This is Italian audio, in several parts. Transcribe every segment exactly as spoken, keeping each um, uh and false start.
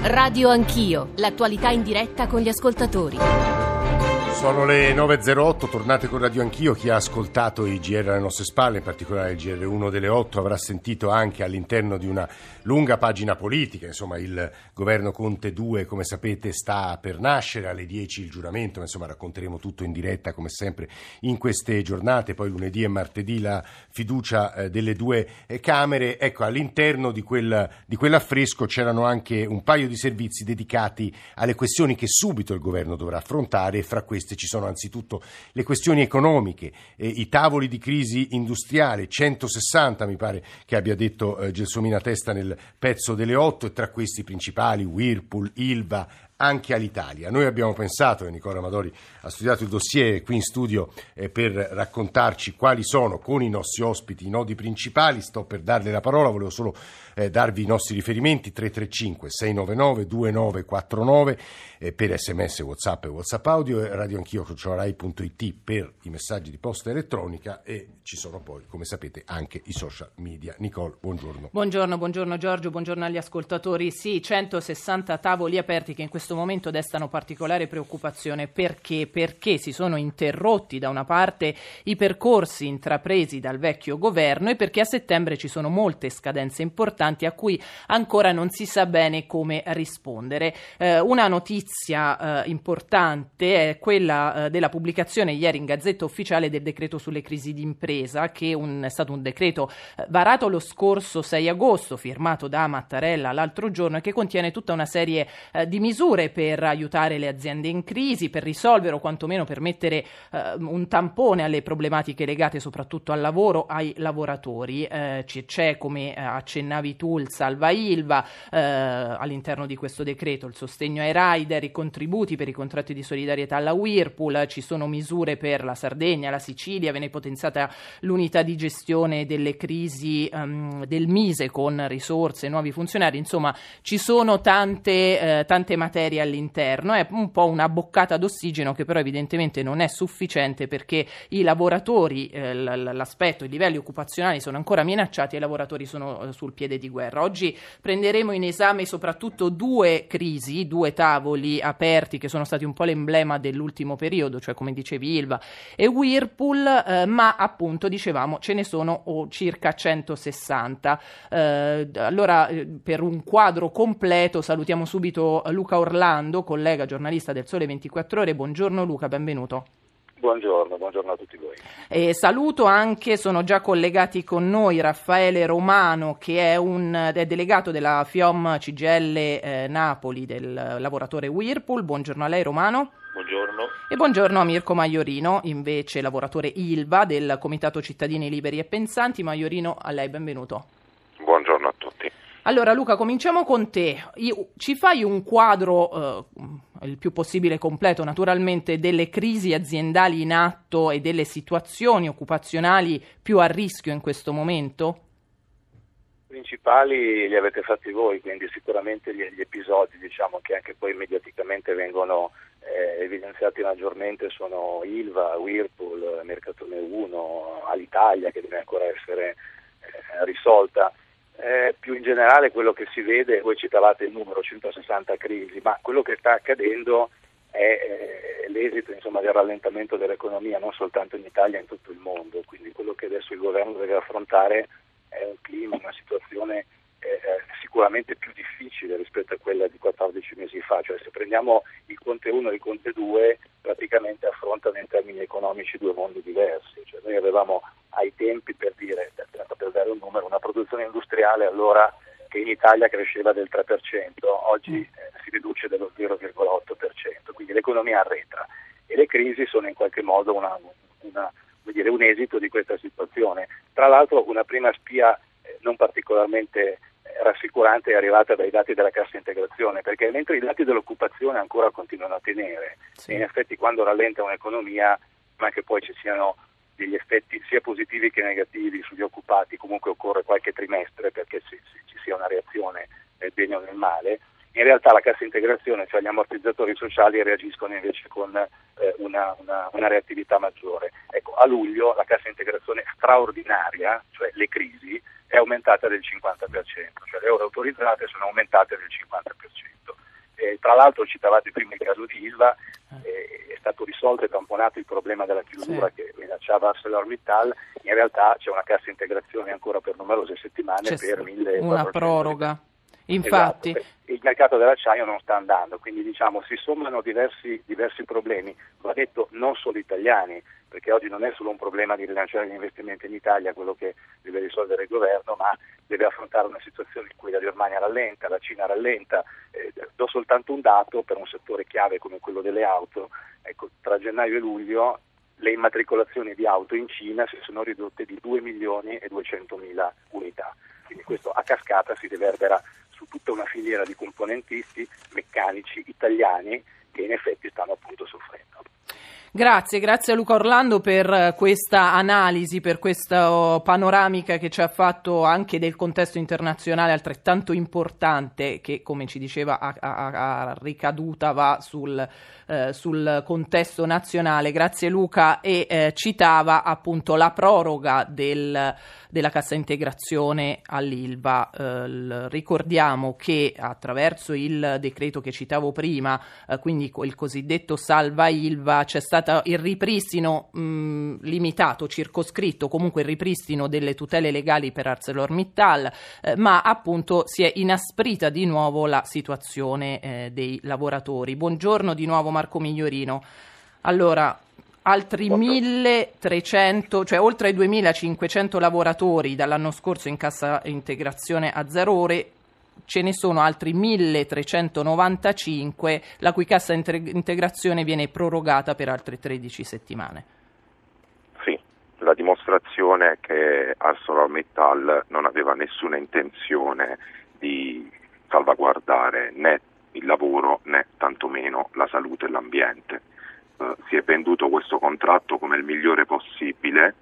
Radio Anch'io, l'attualità in diretta con gli ascoltatori. Sono le nove e zero otto, tornate con Radio Anch'io. Chi ha ascoltato i G R alle nostre spalle, in particolare il G R uno delle otto, avrà sentito anche all'interno di una lunga pagina politica, insomma il governo Conte due, come sapete, sta per nascere, alle dieci il giuramento, insomma racconteremo tutto in diretta come sempre in queste giornate, poi lunedì e martedì la fiducia eh, delle due eh, Camere. Ecco, all'interno di, quel, di quell'affresco c'erano anche un paio di servizi dedicati alle questioni che subito il governo dovrà affrontare, e fra queste ci sono anzitutto le questioni economiche, eh, i tavoli di crisi industriale, centosessanta mi pare che abbia detto eh, Gelsomina Testa nel pezzo delle otto, e tra questi principali Whirlpool, Ilva, anche all'Italia. Noi abbiamo pensato, e Nicola Amadori ha studiato il dossier qui in studio eh, per raccontarci quali sono con i nostri ospiti i nodi principali. Sto per darle la parola, volevo solo eh, darvi i nostri riferimenti: tre tre cinque sei nove nove due nove quattro nove eh, per sms, whatsapp e whatsapp audio, e radioanchio chiocciola rai punto it per i messaggi di posta elettronica, e ci sono poi, come sapete, anche i social media. Nicole, buongiorno. Buongiorno, buongiorno Giorgio, buongiorno agli ascoltatori. Sì, centosessanta tavoli aperti che in questo momento destano particolare preoccupazione. Perché? Perché si sono interrotti da una parte i percorsi intrapresi dal vecchio governo, e perché a settembre ci sono molte scadenze importanti a cui ancora non si sa bene come rispondere. Eh, una notizia eh, importante è quella eh, della pubblicazione ieri in Gazzetta Ufficiale del decreto sulle crisi d'impresa, che un, è stato un decreto eh, varato lo scorso sei agosto, firmato da Mattarella l'altro giorno, e che contiene tutta una serie eh, di misure per aiutare le aziende in crisi, per risolvere o quantomeno per mettere eh, un tampone alle problematiche legate soprattutto al lavoro, ai lavoratori. Eh, c'è, come accennavi tu, il salva Ilva eh, all'interno di questo decreto, il sostegno ai rider, i contributi per i contratti di solidarietà alla Whirlpool, ci sono misure per la Sardegna, la Sicilia, viene potenziata l'unità di gestione delle crisi um, del Mise con risorse, nuovi funzionari, insomma ci sono tante, eh, tante materie all'interno. È un po' una boccata d'ossigeno che però evidentemente non è sufficiente, perché i lavoratori, eh, l'aspetto, i livelli occupazionali sono ancora minacciati e i lavoratori sono eh, sul piede di guerra. Oggi prenderemo in esame soprattutto due crisi, due tavoli aperti che sono stati un po' l'emblema dell'ultimo periodo, cioè come dicevi Ilva e Whirlpool, eh, ma appunto dicevamo ce ne sono oh, circa centosessanta. Eh, allora eh, per un quadro completo salutiamo subito Luca Orlando, collega giornalista del Sole ventiquattro Ore. Buongiorno Luca, benvenuto. Buongiorno, buongiorno a tutti voi. E saluto anche, sono già collegati con noi, Raffaele Romano, che è un è delegato della FIOM C G I L eh, Napoli, del lavoratore Whirlpool. Buongiorno a lei, Romano. Buongiorno. E buongiorno a Mirko Maiorino, invece lavoratore Ilva del Comitato Cittadini Liberi e Pensanti. Maiorino, a lei benvenuto. Buongiorno a tutti. Allora Luca, cominciamo con te. Io, ci fai un quadro eh, il più possibile completo, naturalmente, delle crisi aziendali in atto e delle situazioni occupazionali più a rischio in questo momento? I principali li avete fatti voi, quindi sicuramente gli, gli episodi, diciamo, che anche poi mediaticamente vengono eh, evidenziati maggiormente sono Ilva, Whirlpool, Mercatone uno, Alitalia, che deve ancora essere eh, risolta. Eh, più in generale quello che si vede, voi citavate il numero centosessanta crisi, ma quello che sta accadendo è eh, l'esito, insomma, del rallentamento dell'economia, non soltanto in Italia, in tutto il mondo. Quindi quello che adesso il governo deve affrontare è un clima, una situazione eh, sicuramente più difficile rispetto a quella di quattordici mesi fa. Cioè, se prendiamo il Conte uno e il Conte due, praticamente affrontano in termini economici due mondi diversi. Cioè, noi avevamo ai tempi, per dire, per dare un numero, una produzione industriale allora che in Italia cresceva del tre per cento, oggi eh, si riduce dello zero virgola otto per cento, quindi l'economia arretra, e le crisi sono in qualche modo una, una, vuol dire, un esito di questa situazione. Tra l'altro una prima spia eh, non particolarmente eh, rassicurante è arrivata dai dati della cassa integrazione, perché mentre i dati dell'occupazione ancora continuano a tenere, sì. In effetti quando rallenta un'economia, ma che poi ci siano degli effetti sia positivi che negativi sugli occupati, comunque occorre qualche trimestre perché ci, ci sia una reazione nel bene o nel male. In realtà la cassa integrazione, cioè gli ammortizzatori sociali, reagiscono invece con eh, una, una, una reattività maggiore. Ecco, a luglio la cassa integrazione straordinaria, cioè le crisi, è aumentata del cinquanta per cento, cioè le ore autorizzate sono aumentate del cinquanta per cento. Eh, tra l'altro citavate prima il caso di Ilva, eh, è stato risolto e tamponato il problema della chiusura sì. che minacciava ArcelorMittal. In realtà c'è una cassa integrazione ancora per numerose settimane, c'è per mille una proroga. Infatti esatto. Il mercato dell'acciaio non sta andando, quindi diciamo si sommano diversi, diversi problemi, va detto non solo italiani, perché oggi non è solo un problema di rilanciare gli investimenti in Italia quello che deve risolvere il governo, ma deve affrontare una situazione in cui la Germania rallenta, la Cina rallenta. Eh, do soltanto un dato per un settore chiave come quello delle auto. Ecco, tra gennaio e luglio le immatricolazioni di auto in Cina si sono ridotte di due milioni e duecentomila unità, quindi questo a cascata si riverbera su tutta una filiera di componentisti meccanici italiani che in effetti stanno appunto soffrendo. Grazie, grazie a Luca Orlando per questa analisi, per questa panoramica che ci ha fatto anche del contesto internazionale altrettanto importante che, come ci diceva, a, a, a ricaduta va sul, eh, sul contesto nazionale. Grazie Luca, e eh, citava appunto la proroga del, della cassa integrazione all'Ilva. Eh, l, ricordiamo che attraverso il decreto che citavo prima, eh, quindi il cosiddetto salva Ilva, c'è stato il ripristino mh, limitato, circoscritto, comunque il ripristino delle tutele legali per ArcelorMittal, eh, ma appunto si è inasprita di nuovo la situazione eh, dei lavoratori. Buongiorno di nuovo Marco Migliorino. Allora, altri milletrecento, cioè oltre ai duemilacinquecento lavoratori dall'anno scorso in cassa integrazione a zero ore, ce ne sono altri milletrecentonovantacinque la cui cassa integrazione viene prorogata per altre tredici settimane. Sì, la dimostrazione è che ArcelorMittal non aveva nessuna intenzione di salvaguardare né il lavoro né tantomeno la salute e l'ambiente. Uh, si è venduto questo contratto come il migliore possibile.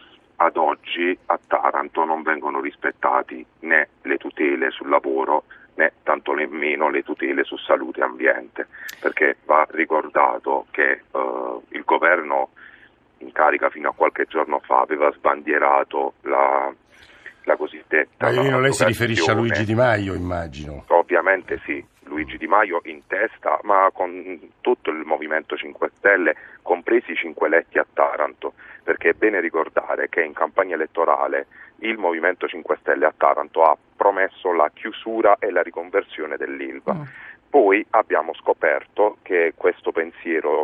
Ad oggi a Taranto non vengono rispettati né le tutele sul lavoro né tanto nemmeno le tutele su salute e ambiente, perché va ricordato che uh, il governo in carica fino a qualche giorno fa aveva sbandierato la, la cosiddetta... Ma lei si riferisce a Luigi Di Maio, immagino. Ovviamente sì, Luigi Di Maio in testa, ma con tutto il Movimento cinque Stelle, compresi i cinque eletti a Taranto, perché è bene ricordare che in campagna elettorale il Movimento cinque Stelle a Taranto ha promesso la chiusura e la riconversione dell'Ilva. Mm. Poi abbiamo scoperto che questo pensiero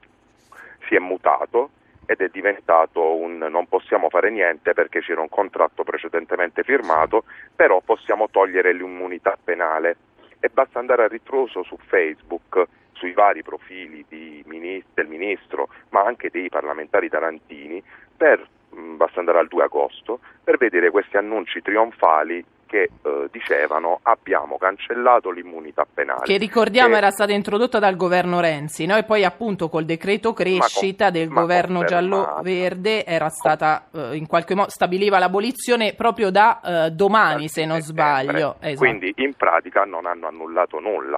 si è mutato ed è diventato un non possiamo fare niente perché c'era un contratto precedentemente firmato, però possiamo togliere l'immunità penale. E basta andare a ritroso su Facebook, sui vari profili di ministro, del ministro, ma anche dei parlamentari tarantini, per, mh, basta andare al due agosto, per vedere questi annunci trionfali che eh, dicevano abbiamo cancellato l'immunità penale. Che ricordiamo e... era stata introdotta dal governo Renzi, no? E poi appunto col decreto crescita con, del governo giallo-verde era stata eh, in qualche modo stabiliva l'abolizione proprio da eh, domani, se non sbaglio. Esatto. Quindi in pratica non hanno annullato nulla,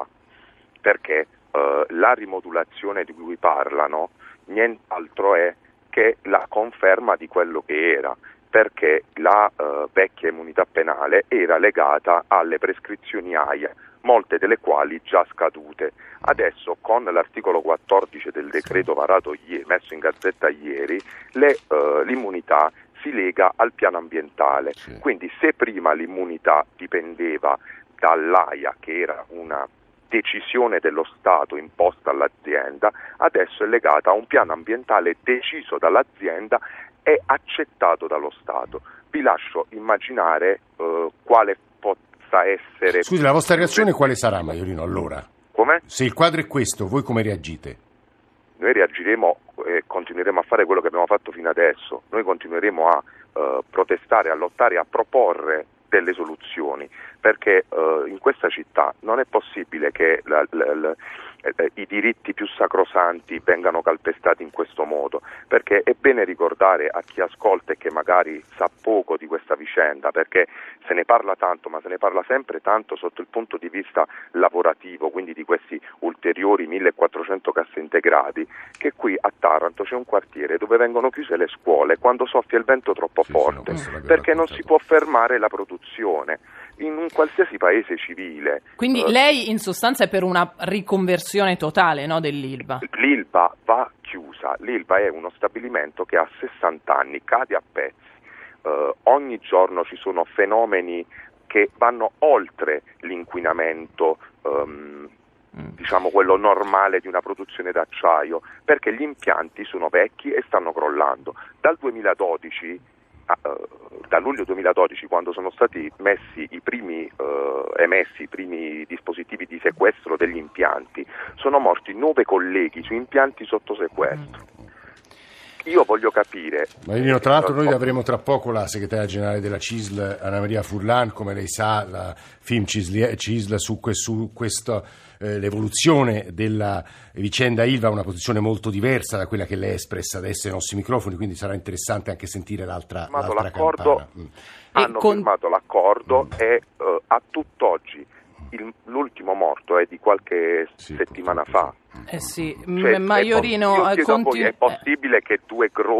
perché eh, la rimodulazione di cui parlano nient'altro è che la conferma di quello che era, perché la uh, vecchia immunità penale era legata alle prescrizioni A I A, molte delle quali già scadute. Adesso con l'articolo quattordici del decreto varato ieri, messo in gazzetta ieri, le, uh, l'immunità si lega al piano ambientale. Sì. Quindi se prima l'immunità dipendeva dall'A I A, che era una decisione dello Stato imposta all'azienda, adesso è legata a un piano ambientale deciso dall'azienda è accettato dallo Stato. Vi lascio immaginare uh, quale possa essere... Scusi, la vostra reazione quale sarà, Maiorino, allora? Come? Se il quadro è questo, voi come reagite? Noi reagiremo e continueremo a fare quello che abbiamo fatto fino adesso. Noi continueremo a uh, protestare, a lottare, a proporre delle soluzioni, perché uh, in questa città non è possibile che la, la, la, eh, i diritti più sacrosanti vengano calpestati in questo modo, perché è bene ricordare a chi ascolta e che magari sa poco di questa vicenda, perché se ne parla tanto, ma se ne parla sempre tanto sotto il punto di vista lavorativo, quindi di questi ulteriori millequattrocento cassaintegrati, che qui a Taranto c'è un quartiere dove vengono chiuse le scuole quando soffia il vento troppo sì, forte, sì, no, perché non si può fermare la produzione in un qualsiasi paese civile. Quindi eh, lei in sostanza è per una riconversione totale, no, dell'Ilva? L'Ilva va chiusa, l'Ilva è uno stabilimento che ha sessanta anni, cade a pezzi, eh, ogni giorno ci sono fenomeni che vanno oltre l'inquinamento, ehm, mm. diciamo quello normale di una produzione d'acciaio, perché gli impianti sono vecchi e stanno crollando. Dal duemiladodici, ah, eh, da luglio duemiladodici, quando sono stati messi i primi, eh, emessi i primi dispositivi di sequestro degli impianti, sono morti nove colleghi su impianti sotto sequestro. Mm. Io voglio capire. Marino, tra l'altro noi avremo tra poco la segretaria generale della C I S L, Anna Maria Furlan, come lei sa, la F I M C I S L su, su questa eh, l'evoluzione della vicenda Ilva, una posizione molto diversa da quella che lei ha espressa adesso ai nostri microfoni, quindi sarà interessante anche sentire l'altra, l'altra l'accordo, campana. Mm. Hanno con... firmato l'accordo mm. e uh, a tutt'oggi il, l'ultimo morto è di qualche sì, settimana fa. Eh sì, cioè, Maiorino, è, po- continu- voi, è possibile che due gru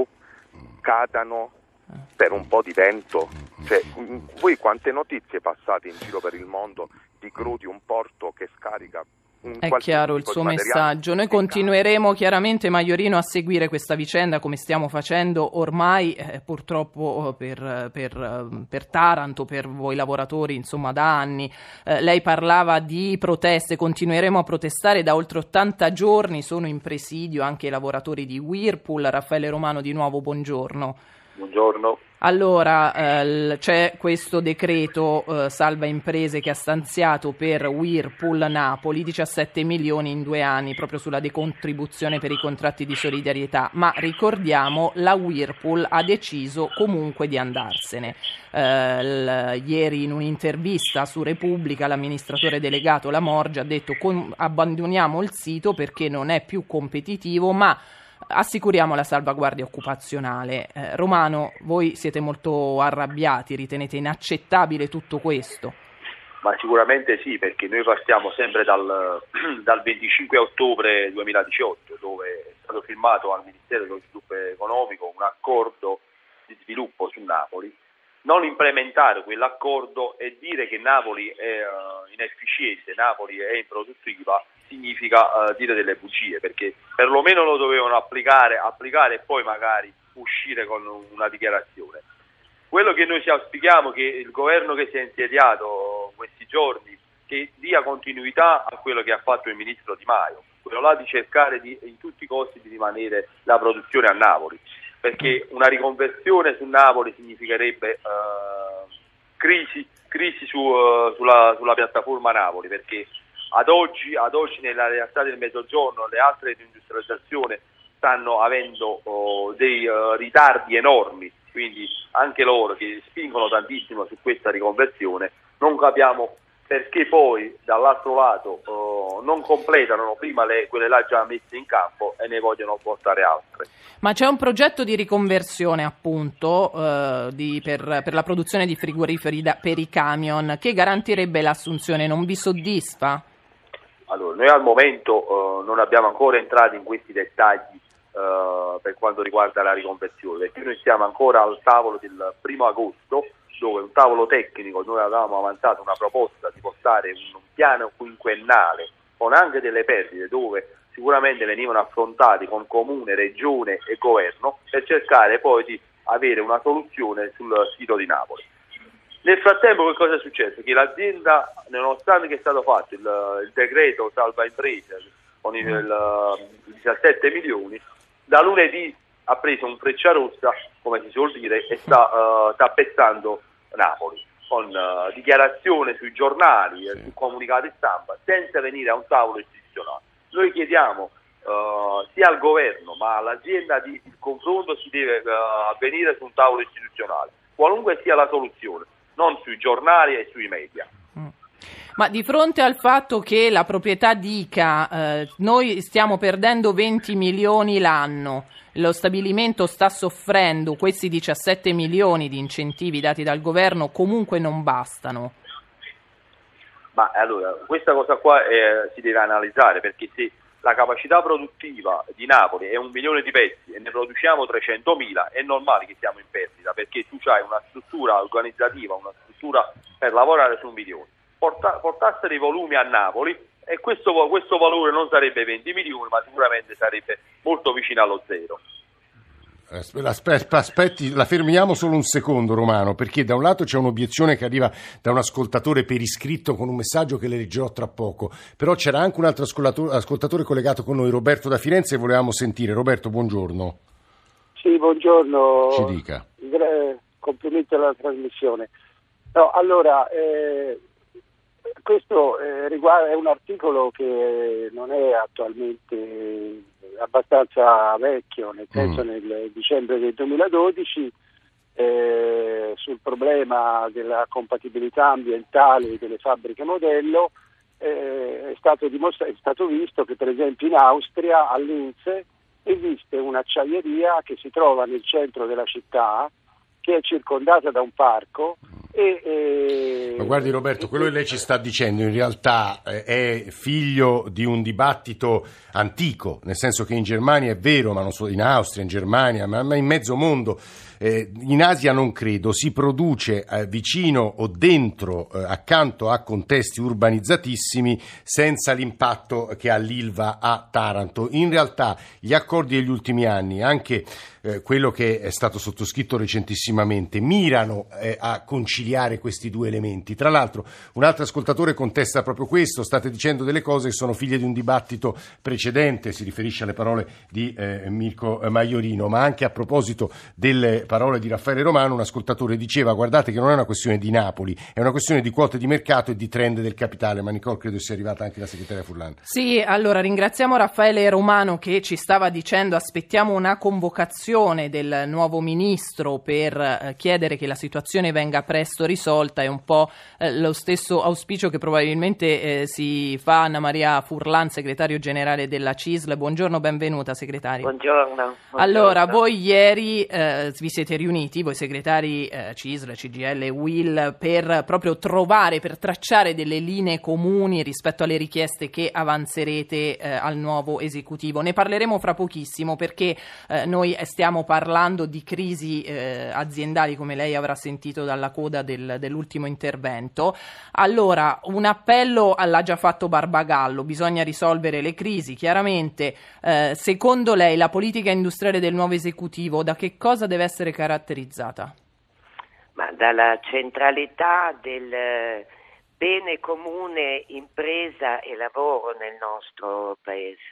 cadano per un po' di vento? Cioè, voi quante notizie passate in giro per il mondo di gru di un porto che scarica? È chiaro il suo messaggio. Noi continueremo chiaramente, Maiorino, a seguire questa vicenda come stiamo facendo ormai eh, purtroppo per, per, per Taranto, per voi lavoratori, insomma, da anni. Eh, lei parlava di proteste, continueremo a protestare da oltre ottanta giorni, sono in presidio anche i lavoratori di Whirlpool. Raffaele Romano di nuovo, buongiorno. Buongiorno. Allora, eh, c'è questo decreto eh, salva imprese che ha stanziato per Whirlpool Napoli diciassette milioni in due anni proprio sulla decontribuzione per i contratti di solidarietà, ma ricordiamo la Whirlpool ha deciso comunque di andarsene. Eh, l- ieri in un'intervista su Repubblica l'amministratore delegato Lamorgia ha detto con- abbandoniamo il sito perché non è più competitivo, ma assicuriamo la salvaguardia occupazionale. Eh, Romano, voi siete molto arrabbiati, ritenete inaccettabile tutto questo? Ma sicuramente sì, perché noi partiamo sempre dal, dal venticinque ottobre duemiladiciotto, dove è stato firmato al Ministero dello Sviluppo Economico un accordo di sviluppo su Napoli. Non implementare quell'accordo e dire che Napoli è uh, inefficiente, Napoli è improduttiva, significa uh, dire delle bugie, perché perlomeno lo dovevano applicare, applicare e poi magari uscire con una dichiarazione. Quello che noi ci auspichiamo è che il governo che si è insediato questi giorni che dia continuità a quello che ha fatto il ministro Di Maio, quello là di cercare di, in tutti i costi di rimanere la produzione a Napoli, perché una riconversione su Napoli significherebbe uh, crisi, crisi su, uh, sulla, sulla piattaforma Napoli, perché ad oggi, ad oggi nella realtà del Mezzogiorno le altre industrializzazioni stanno avendo uh, dei uh, ritardi enormi, quindi anche loro che spingono tantissimo su questa riconversione. Non capiamo perché poi dall'altro lato uh, non completano prima le, quelle là già messe in campo e ne vogliono portare altre. Ma c'è un progetto di riconversione appunto uh, di, per, per la produzione di frigoriferi da, per i camion che garantirebbe l'assunzione, non vi soddisfa? Allora, noi al momento uh, non abbiamo ancora entrato in questi dettagli uh, per quanto riguarda la riconversione, perché noi siamo ancora al tavolo del primo agosto, dove un tavolo tecnico noi avevamo avanzato una proposta di portare un piano quinquennale con anche delle perdite, dove sicuramente venivano affrontati con comune, regione e governo per cercare poi di avere una soluzione sul sito di Napoli. Nel frattempo che cosa è successo? Che l'azienda, nonostante che è stato fatto il, il decreto salva imprese con il, il, il diciassette milioni, da lunedì ha preso un Frecciarossa, come si suol dire, e sta uh, tappezzando Napoli con uh, dichiarazione sui giornali, sì. su comunicati stampa, senza venire a un tavolo istituzionale. Noi chiediamo uh, sia al governo ma all'azienda di il confronto si deve uh, avvenire su un tavolo istituzionale, qualunque sia la soluzione, non sui giornali e sui media. Ma di fronte al fatto che la proprietà dica eh, noi stiamo perdendo venti milioni l'anno, lo stabilimento sta soffrendo, questi diciassette milioni di incentivi dati dal governo comunque non bastano. Ma allora, questa cosa qua eh, si deve analizzare, perché se la capacità produttiva di Napoli è un milione di pezzi e ne produciamo trecentomila, è normale che siamo in perdita, perché tu hai una struttura organizzativa, una struttura per lavorare su un milione. Porta, portassero i volumi a Napoli e questo, questo valore non sarebbe venti milioni, ma sicuramente sarebbe molto vicino allo zero. Aspetta, aspetti, la fermiamo solo un secondo, Romano, perché da un lato c'è un'obiezione che arriva da un ascoltatore per iscritto con un messaggio che le leggerò tra poco, però c'era anche un altro ascoltatore, ascoltatore collegato con noi, Roberto da Firenze, e volevamo sentire. Roberto, buongiorno. Sì, buongiorno. Ci dica. Complimenti alla trasmissione. No, allora, eh, questo eh, riguarda, è un articolo che non è attualmente abbastanza vecchio, nel senso mm. nel dicembre del duemiladodici, eh, sul problema della compatibilità ambientale delle fabbriche modello, eh, è stato dimostra- è stato visto che per esempio in Austria, a Linz, esiste un'acciaieria che si trova nel centro della città, che è circondata da un parco. E, e, Ma guardi Roberto, quello che lei ci sta dicendo in realtà eh, è figlio di un dibattito antico, nel senso che in Germania è vero, ma non solo in Austria, in Germania, ma, ma in mezzo mondo, eh, in Asia non credo, si produce eh, vicino o dentro, eh, accanto a contesti urbanizzatissimi, senza l'impatto che ha l'Ilva a Taranto. In realtà gli accordi degli ultimi anni, anche eh, quello che è stato sottoscritto recentissimamente, mirano eh, a conciliare questi due elementi. Tra l'altro un altro ascoltatore contesta proprio questo, state dicendo delle cose che sono figlie di un dibattito precedente, si riferisce alle parole di eh, Mirko Maiorino, ma anche a proposito delle parole di Raffaele Romano, un ascoltatore diceva: guardate che non è una questione di Napoli, è una questione di quote di mercato e di trend del capitale. Ma Nicole, credo sia arrivata anche la segretaria Furlan. Sì, allora ringraziamo Raffaele Romano che ci stava dicendo aspettiamo una convocazione del nuovo ministro per eh, chiedere che la situazione venga presto risolta. È un po' eh, lo stesso auspicio che probabilmente eh, si fa Anna Maria Furlan, segretario generale della C I S L. Buongiorno, benvenuta segretario. Buongiorno. Buongiorno. Allora, voi ieri eh, vi siete riuniti, voi segretari eh, C I S L, C G I L e U I L, per proprio trovare, per tracciare delle linee comuni rispetto alle richieste che avanzerete eh, al nuovo esecutivo. Ne parleremo fra pochissimo, perché eh, noi stiamo parlando di crisi eh, aziendali, come lei avrà sentito dalla coda del, dell'ultimo intervento. Allora, un appello l'ha già fatto Barbagallo: bisogna risolvere le crisi. Chiaramente, eh, secondo lei la politica industriale del nuovo esecutivo da che cosa deve essere caratterizzata? Ma dalla centralità del bene comune impresa e lavoro nel nostro paese.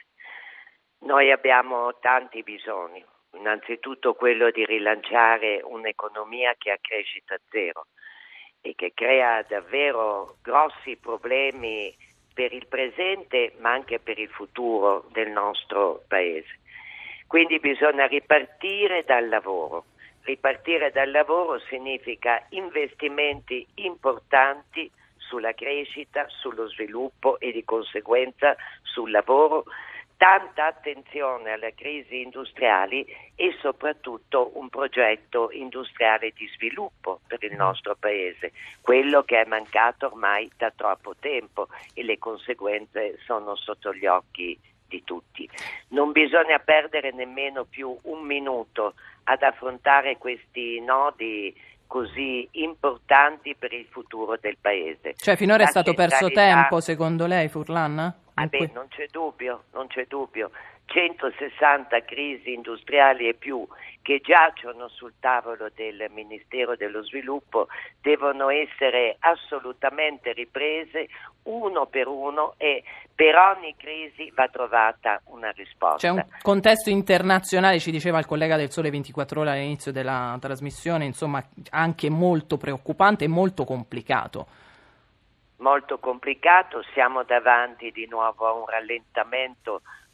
Noi abbiamo tanti bisogni, innanzitutto quello di rilanciare un'economia che ha crescita zero e che crea davvero grossi problemi per il presente ma anche per il futuro del nostro paese. Quindi bisogna ripartire dal lavoro. Ripartire dal lavoro significa investimenti importanti sulla crescita, sullo sviluppo e di conseguenza sul lavoro, tanta attenzione alle crisi industriali e soprattutto un progetto industriale di sviluppo per il nostro paese, quello che è mancato ormai da troppo tempo e le conseguenze sono sotto gli occhi di tutti. Non bisogna perdere nemmeno più un minuto ad affrontare questi nodi così importanti per il futuro del paese. Cioè finora La è stato perso centralità... tempo secondo lei, Furlan? Ah beh, non c'è dubbio, non c'è dubbio. centosessanta crisi industriali e più che giacciono sul tavolo del Ministero dello Sviluppo devono essere assolutamente riprese uno per uno e per ogni crisi va trovata una risposta. C'è un contesto internazionale, ci diceva il collega del Sole ventiquattro Ore all'inizio della trasmissione, insomma anche molto preoccupante e molto complicato. Molto complicato, siamo davanti di nuovo a un rallentamento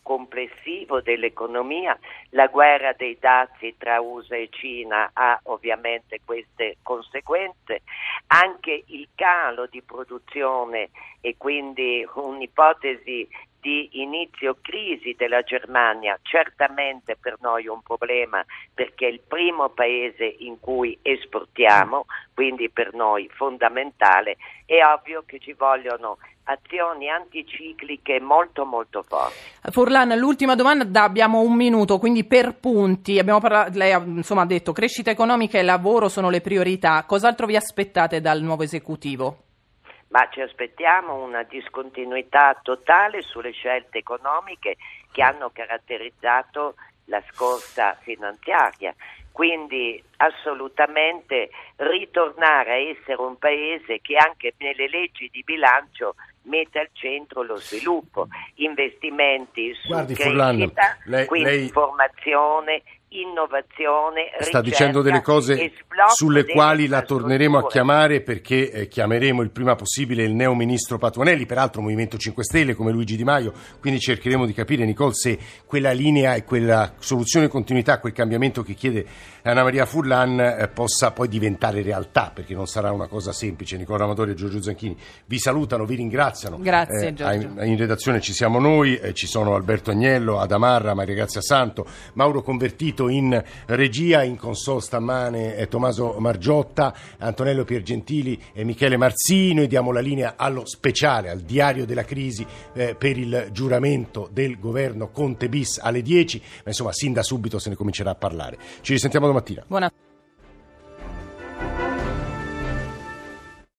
complessivo dell'economia. La guerra dei dazi tra U S A e Cina ha ovviamente queste conseguenze, anche il calo di produzione e quindi un'ipotesi di inizio crisi della Germania, certamente per noi un problema perché è il primo paese in cui esportiamo, quindi per noi fondamentale. È ovvio che ci vogliono azioni anticicliche molto molto forti. Furlan, l'ultima domanda, abbiamo un minuto, quindi per punti. Abbiamo parlato, lei ha insomma detto crescita economica e lavoro sono le priorità. Cos'altro vi aspettate dal nuovo esecutivo? Ma ci aspettiamo una discontinuità totale sulle scelte economiche che hanno caratterizzato la scorsa finanziaria. Quindi assolutamente ritornare a essere un paese che anche nelle leggi di bilancio mette al centro lo sviluppo, investimenti su Guardi, crescita, Furlan, lei, quindi lei... formazione, innovazione, sta ricerca, dicendo delle cose sulle quali la torneremo a chiamare, perché eh, chiameremo il prima possibile il neo ministro Patuanelli, peraltro Movimento cinque Stelle come Luigi Di Maio, quindi cercheremo di capire, Nicole, se quella linea e quella soluzione di continuità, quel cambiamento che chiede Anna Maria Furlan eh, possa poi diventare realtà, perché non sarà una cosa semplice. Nicola Amatori e Giorgio Zanchini vi salutano, vi ringraziano. Grazie eh, Giorgio. In, in redazione ci siamo noi, eh, ci sono Alberto Agnello, Adamarra, Maria Grazia Santo, Mauro Convertito in regia, in console stamane è Tommaso Margiotta, Antonello Piergentili e Michele Marzì. Noi diamo la linea allo speciale, al diario della crisi eh, per il giuramento del governo Conte bis alle dieci, ma insomma sin da subito se ne comincerà a parlare. Ci risentiamo domattina. Buona